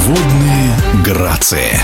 Водные грации.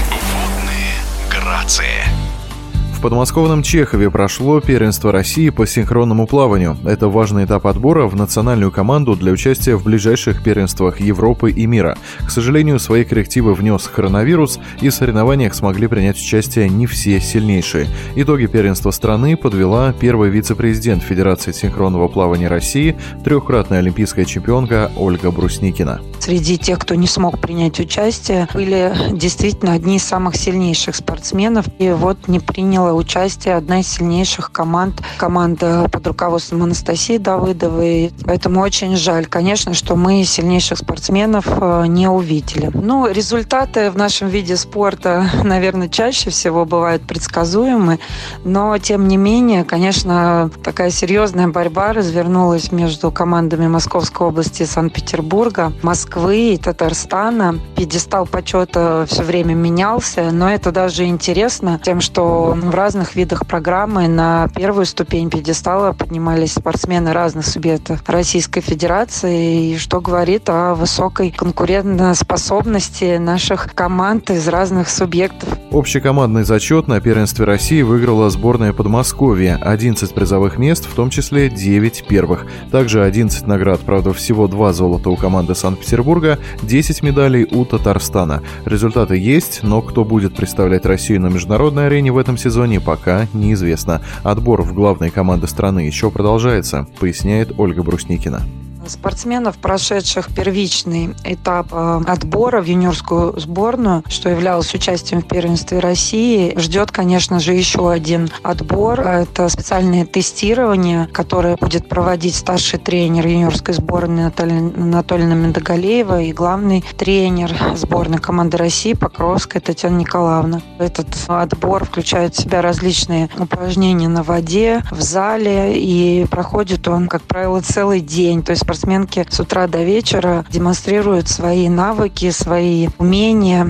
В подмосковном Чехове прошло первенство России по синхронному плаванию. Это важный этап отбора в национальную команду для участия в ближайших первенствах Европы и мира. К сожалению, свои коррективы внес коронавирус, и в соревнованиях смогли принять участие не все сильнейшие. Итоги первенства страны подвела первый вице-президент Федерации синхронного плавания России, трехкратная олимпийская чемпионка Ольга Брусникина. Среди тех, кто не смог принять участие, были действительно одни из самых сильнейших спортсменов. И вот не приняла участие одна из сильнейших команд, команда под руководством Анастасии Давыдовой. Поэтому очень жаль, конечно, что мы сильнейших спортсменов не увидели. Результаты в нашем виде спорта, наверное, чаще всего бывают предсказуемы, но, тем не менее, конечно, такая серьезная борьба развернулась между командами Московской области и Санкт-Петербурга, Москвы и Татарстана. Пьедестал почета все время менялся, но это даже интересно тем, что в разных видах программы на первую ступень пьедестала поднимались спортсмены разных субъектов Российской Федерации, и что говорит о высокой конкурентоспособности наших команд из разных субъектов. Общекомандный зачет на первенстве России выиграла сборная Подмосковья. 11 призовых мест, в том числе 9 первых. Также 11 наград, правда, всего 2 золота у команды Санкт-Петербурга, 10 медалей у Татарстана. Результаты есть, но кто будет представлять Россию на международной арене в этом сезоне, пока неизвестно. Отбор в главные команды страны еще продолжается, поясняет Ольга Брусникина. Спортсменов, прошедших первичный этап отбора в юниорскую сборную, что являлось участием в первенстве России, ждет, конечно же, еще один отбор. Это специальное тестирование, которое будет проводить старший тренер юниорской сборной Наталья Анатольевна Медогалеева и главный тренер сборной команды России Покровская Татьяна Николаевна. Этот отбор включает в себя различные упражнения на воде, в зале, и проходит он, как правило, целый день. То есть спортсменки с утра до вечера демонстрируют свои навыки, свои умения,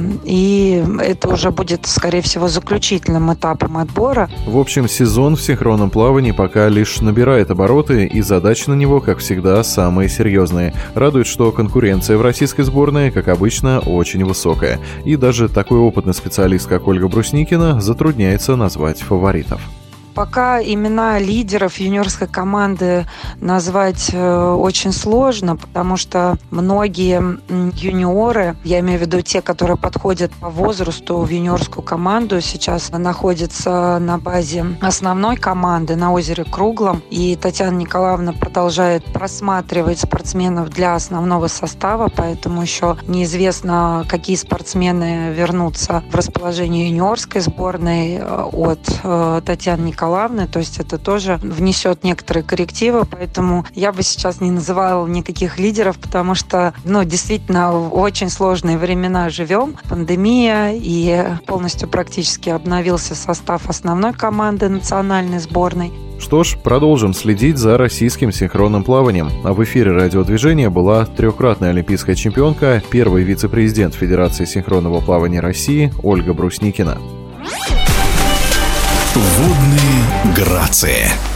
и это уже будет, скорее всего, заключительным этапом отбора. В общем, сезон в синхронном плавании пока лишь набирает обороты, и задачи на него, как всегда, самые серьезные. Радует, что конкуренция в российской сборной, как обычно, очень высокая. И даже такой опытный специалист, как Ольга Брусникина, затрудняется назвать фаворитов. Пока имена лидеров юниорской команды назвать очень сложно, потому что многие юниоры, я имею в виду те, которые подходят по возрасту в юниорскую команду, сейчас находятся на базе основной команды на озере Круглом. И Татьяна Николаевна продолжает просматривать спортсменов для основного состава, поэтому еще неизвестно, какие спортсмены вернутся в расположение юниорской сборной от Татьяны Николаевны. То есть это тоже внесет некоторые коррективы, поэтому я бы сейчас не называла никаких лидеров, потому что, действительно, в очень сложные времена живем. Пандемия, и полностью практически обновился состав основной команды национальной сборной. Что ж, продолжим следить за российским синхронным плаванием. А в эфире радиодвижения была трехкратная олимпийская чемпионка, первый вице-президент Федерации синхронного плавания России Ольга Брусникина. Водные грации.